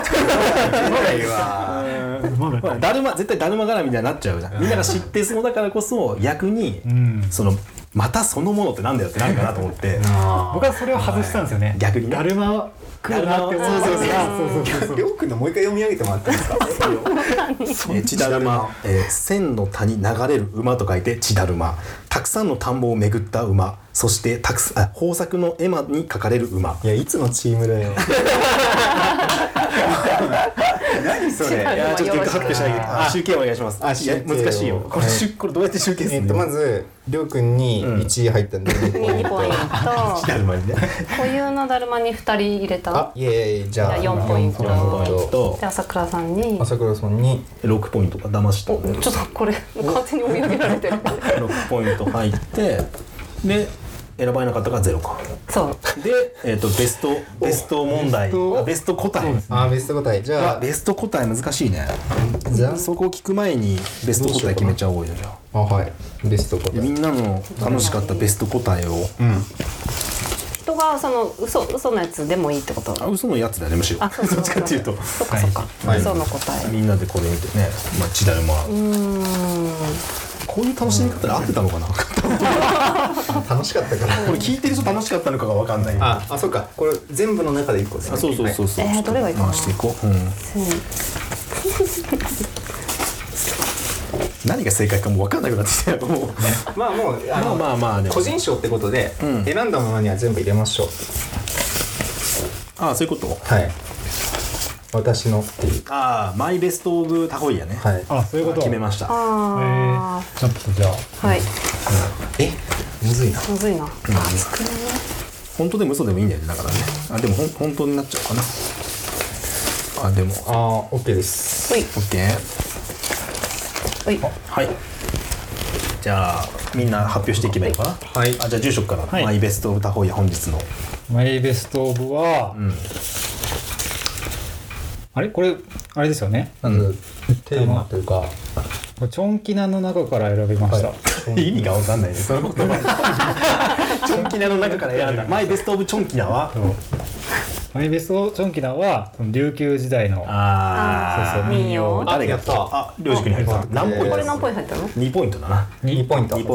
だるま絶対だるま絡みになっちゃうじゃん。みんなが知ってそうだからこそ逆にそのまたそのものってなんだよってなるかなと思って僕はそれを外したんですよね。 逆にだるま来るなって思う。 りょうくんのもう一回読み上げてもらっていいですか？ 血だるま、千の谷流れる馬と書いて血だるま。たくさんの田んぼを巡った馬、そして豊作の絵馬に書かれる馬。 いやいつのチームだよ。何それ。 いやちょっと発表しないで。集計お願いします。いや難しいよ。これどうやって集計するの？ まずりょうくんに1位入ったんで 2ポイント。 血だるまにね。 固有のだるまに2人入れた。 いえじゃあ 4ポイント。で朝倉さんに 6ポイントか騙した。 ちょっとこれ完全に追い上げられてる。 6ポイント入ってで選ばれなかったから0か。 そうで、ベスト問題、ベスト答え。 ベスト答え。じゃあベスト答え難しいね。じゃあそこを聞く前にベスト答え決めちゃおうよ。じゃあはいベスト答え。 みんなの楽しかったベスト答えを。 人がその嘘のやつでもいいってこと？ 嘘のやつだねむしろ。どっちかっていうと。 そっかそっか。嘘の答え。 みんなでこれ見てね。まあ血だるま。こういう楽しみ方で合ってたのかな。 楽しかったから。 これ聞いてる人楽しかったのかが分かんない。 そうか。これ全部の中で1個ですね。 そう。 どれがいいかな。 回していこう。何が正解かもう分かんなくなってきたよ。もうまあ個人賞ってことで選んだものには全部入れましょう。 そういうこと。 はい。私のっていう。 マイベストオブタホイヤね。 そういうこと決めました。 ちょっとじゃあ。 はい。 むずいな。 むずいな。 本当でも嘘でもいいんだよね。だからね。でも本当になっちゃうかな。でも OK です。 はい。 OK。はい。じゃあみんな発表していけばいいのかな。 はい。 じゃあ住職からマイベストオブタホイヤ本日の。 マイベストオブは。これあれですよね。 テーマというかチョンキナの中から選びました。 意味が分かんないねその言葉。チョンキナの中から選んだマイベストオブチョンキナは。 マイベストチョンキナは琉球時代の民謡。 誰がやった？りょうじくんに入った。何ポイント？ これ何ポイント入ったの ？2ポイントだな。 2ポイント。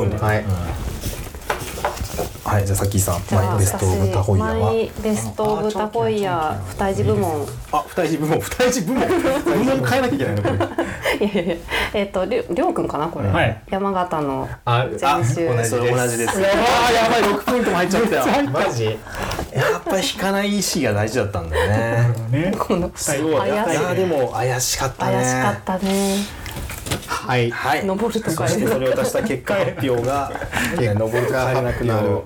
はい、じゃあさっきさんマイベストオブタホイヤは。 マイベストオブタホイヤ不退治部門。 不退治部門部門変えなきゃいけないのこれ。 りょうくんかなこれ。山形の全集。 同じです。やばい6ポイントも入っちゃったよ。 マジ？ やっぱり引かない意思が大事だったんだよね。 このすごい。いやでも怪しかったね。 怪しかったね。 はい。 登るとか。 そしてそれを足した結果発表が登るか帰れなくなる。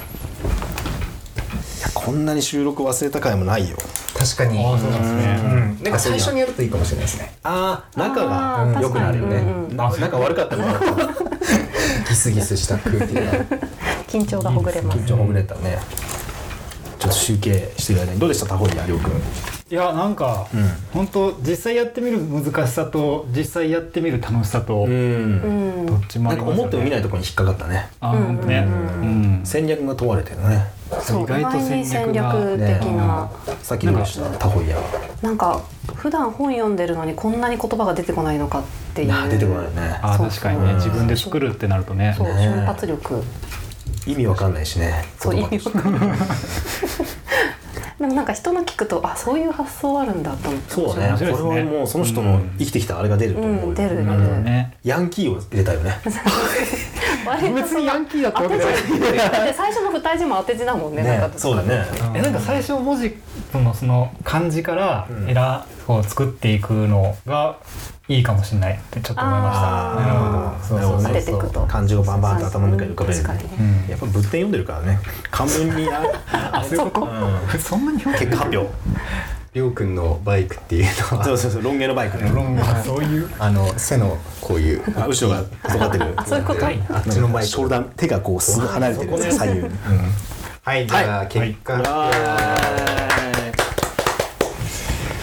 こんなに収録忘れた回もないよ。 確かに。 そうなんですね。 なんか最初にやるといいかもしれないですね。 仲が良くなるよね。仲悪かったのかな。 ギスギスした空気が。 緊張がほぐれます。 緊張ほぐれたね。ちょっと集計してる間にどうでしたタホイヤりょうくん。 いやなんか本当実際やってみる難しさと実際やってみる楽しさとどっちもありますよね。なんか思っても見ないところに引っかかったね。 本当ね。 戦略が問われてるね。 そう意外と戦略的な。 さっきどうしたタホイヤ。 なんか普段本読んでるのにこんなに言葉が出てこないのかっていう。 出てこないよね。 確かにね自分で作るってなるとね。 そう瞬発力。 意味わかんないしね。 そう意味わかんない。でもなんか人の聞くとそういう発想あるんだと思って。 そうね。これはもうその人の生きてきたあれが出ると思う。 出るね。 ヤンキーを入れたよね。 別にヤンキーだったわけじゃない。 だって最初の二字も当て字だもんね。 そうだね。 なんか最初文字その漢字からを作っていくのがいいかもしれないってちょっと思いました。 なるほどね。 当てていくと漢字をバンバンと頭の中に浮かべる。やっぱ仏典読んでるからね。漢文にそういうこと。そんなに結果発表。 りょうくんのバイクっていうのはそうロン毛のバイクね。 そういう背のこういう後ろが尖ってる。 そういうこと。 あっちのバイク。ショルダー手がこうすぐ離れてる左右に。 はいじゃあ結果。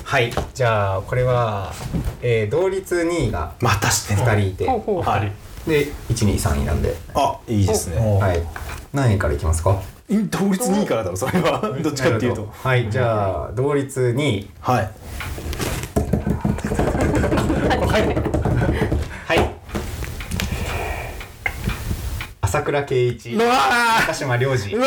はい、じゃあこれは、同率2位がまたして 2人いて、 はい、 で1、2、3位なんで、 あ、いいですね。 はい、何位からいきますか？ 同率2位からだろそれは。どっちかっていうと。 はい、じゃあ同率2位。 はい。 はい。朝倉圭一、高島良二。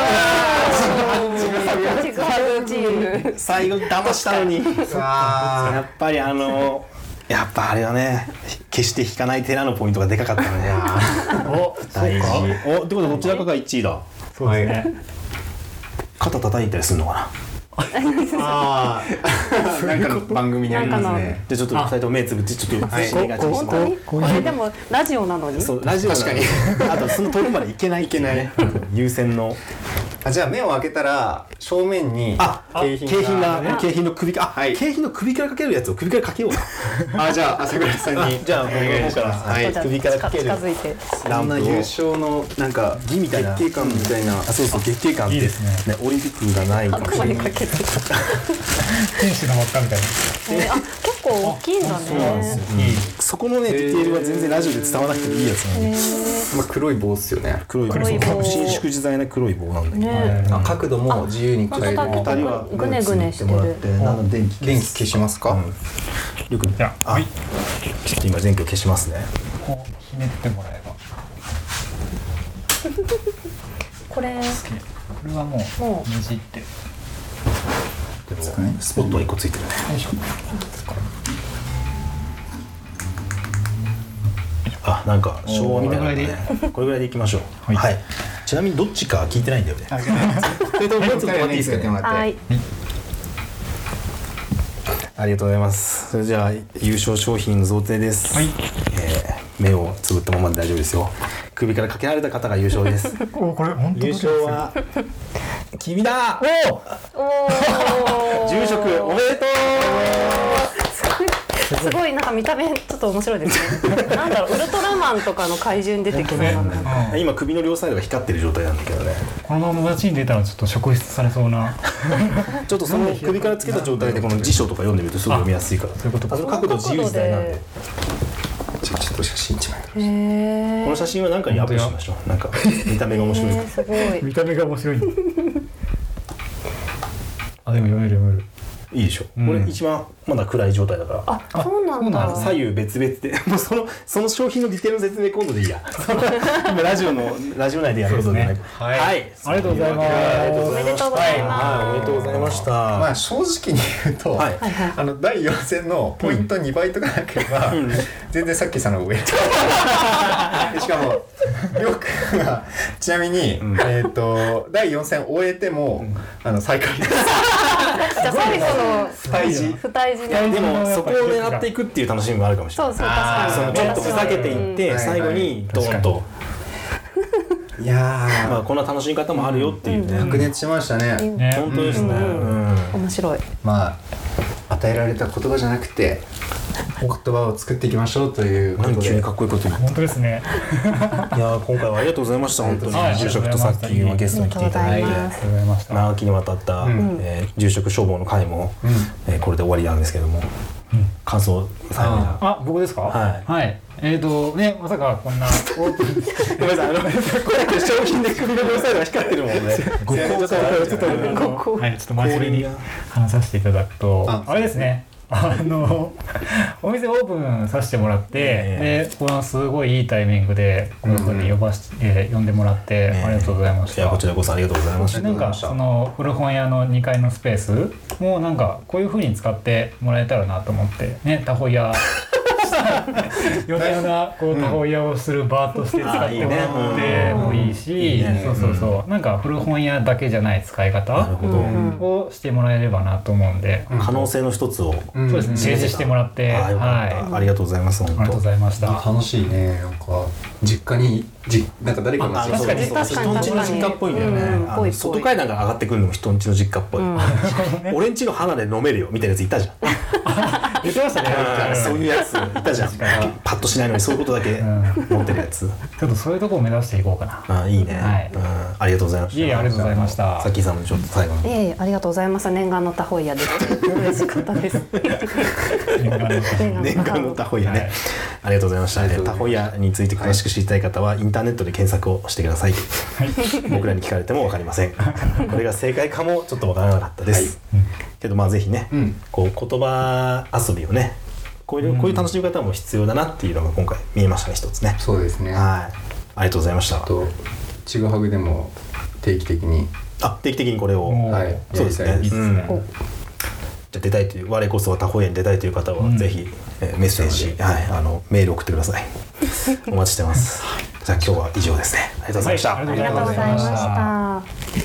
最後騙したのに。やっぱりやっぱあれはね、決して引かない寺のポイントがでかかったね。大事。お、ってことはどちらかが1位だ。 そうですね。 肩叩いたりするのかな。 ああ、なんかの番組にありますね。 じゃあちょっと2人とも目つぶってちょっと本当にこれでもラジオなのに。 そう、ラジオ確かに。あとその遠くまで行けないね。優先の。 じゃあ目を開けたら正面に景品の首か、景品の首からかけるやつを首からかけようか。 じゃあ朝倉さんにじゃあ僕の方から首からかける近づいてランプを優勝のなんか儀みたいな月経感みたいな、 そうそう月経感ってねオリンピックがないかもしれない。 天使の輪っかみたいな。 結構大きいんだね。 そうなんですよ。そこのねディテールは全然ラジオで伝わらなくてもいいやつなんで。 黒い棒ですよね。 黒い棒。伸縮自在な黒い棒なんだけど。 角度も自由に変える。 二人はグネグネしてる。 電気消しますか？ よくちょっと今電気を消しますね。 ひねってもらえば。 これはもうねじって。 スポットは1個ついてるね。なんか昭和みたいなね。これぐらいでいきましょう。はい。ちなみにどっちか聞いてないんだよね。それともうちょっと待っていいですかね。 はい。 ありがとうございます。それじゃあ優勝商品の贈呈です。はい。目をつぶったままで大丈夫ですよ。首からかけられた方が優勝です。 これ本当優勝は君だ。住職おめでとう。 すごいなんか見た目ちょっと面白いですね。なんだろう、ウルトラマンとかの怪獣に出てきそうな。 今首の両サイドが光ってる状態なんだけどね。 このまま街に出たらちょっと職質されそうな。 ちょっとその首からつけた状態でこの辞書とか読んでみるとすごい読みやすいから。そういうこと。その角度自由自在なんで。 ちょっと写真1枚。 この写真は何かにアップしましょう。なんか見た目が面白い。 すごい。 見た目が面白い。でも読める。 いいでしょ。これ一番まだ暗い状態だから。 そうなんだ。 左右別々で、もうその商品のディテールの説明今度でいいや。今ラジオ内でやることじゃない。はい。 ありがとうございます。 おめでとうございます。 おめでとうございました。 まあ正直に言うと、第4戦のポイント2倍とかなければ全然さっきさの上。しかもりょうくんはちなみに第4戦終えても最下位です。 じゃあ最後の不退治でもそこを狙っていくっていう楽しみもあるかもしれない。 そう確かに。 ちょっとふざけていって最後にドーンと。いやまあこんな楽しみ方もあるよっていうね。 白熱しましたね。 本当ですね。 面白い。 まあ与えられた言葉じゃなくて言葉を作っていきましょうということで。 急にかっこいいこと言って。 本当ですね。 いや今回はありがとうございました。本当に住職とさっきはゲストに来ていただいて長きにわたった住職消防の会もこれで終わりなんですけども、感想最後に。 僕ですか？はい。ね、まさかこんなオープンごめんなさい、これだけ商品で首の両サイドが光ってるもんね。ちょっと真面目に話させていただくと、あれですね、お店オープンさせてもらって、でこのすごいいいタイミングでこういうふうに呼んでもらってありがとうございました。 こちらこそありがとうございました。 なんかその古本屋の2階のスペースもなんかこういうふうに使ってもらえたらなと思ってね、タホ屋夜な夜なこうタホ屋をする場として使ってもらってもいいし、そうなんか古本屋だけじゃない使い方をしてもらえればなと思うんで、 可能性の一つをそうですね、提示してもらって、 ありがとうございます。 ありがとうございました。 楽しいね。なんか実家になんか誰かの確かに人んちの実家っぽいんだよね。外階段が上がってくるのも人んちの実家っぽい。俺んちの花で飲めるよみたいなやついたじゃん。 言ってましたね。 そういうやついたじゃん。パッとしないのにそういうことだけ持ってるやつ。 ちょっとそういうとこを目指していこうかな。 いいね。ありがとうございました。 いえ、ありがとうございました。 さっきさんもちょっと最後に。 いえ、ありがとうございました。念願のタホイヤで嬉しかったです。 念願のタホイヤね。ありがとうございました。タホイヤについて詳しく知りたい方はインターネットで検索をしてください。僕らに聞かれても分かりません。これが正解かもちょっと分からなかったです。けどまあぜひね、こう言葉遊びをね、こういう楽しみ方も必要だなっていうのが今回見えましたね、一つね。 そうですね。 はい。ありがとうございました。 ちぐはぐでも定期的にこれを、そうですね。じゃあ出たいという、我こそはタホイヤに出たいという方はぜひメッセージ、メール送ってください。お待ちしてます。じゃあ今日は以上ですね。ありがとうございました。 ありがとうございました。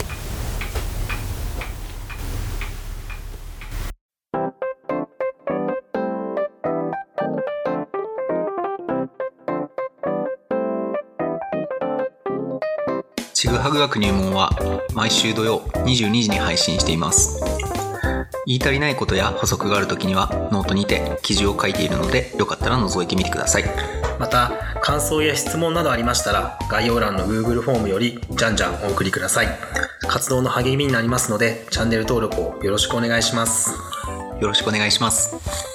ちぐはぐ学入門は毎週土曜22時に配信しています。言い足りないことや補足があるときにはノートにて記事を書いているので、よかったら覗いてみてください。 また感想や質問などありましたら概要欄の Google フォームよりじゃんじゃんお送りください。活動の励みになりますのでチャンネル登録をよろしくお願いします。 よろしくお願いします。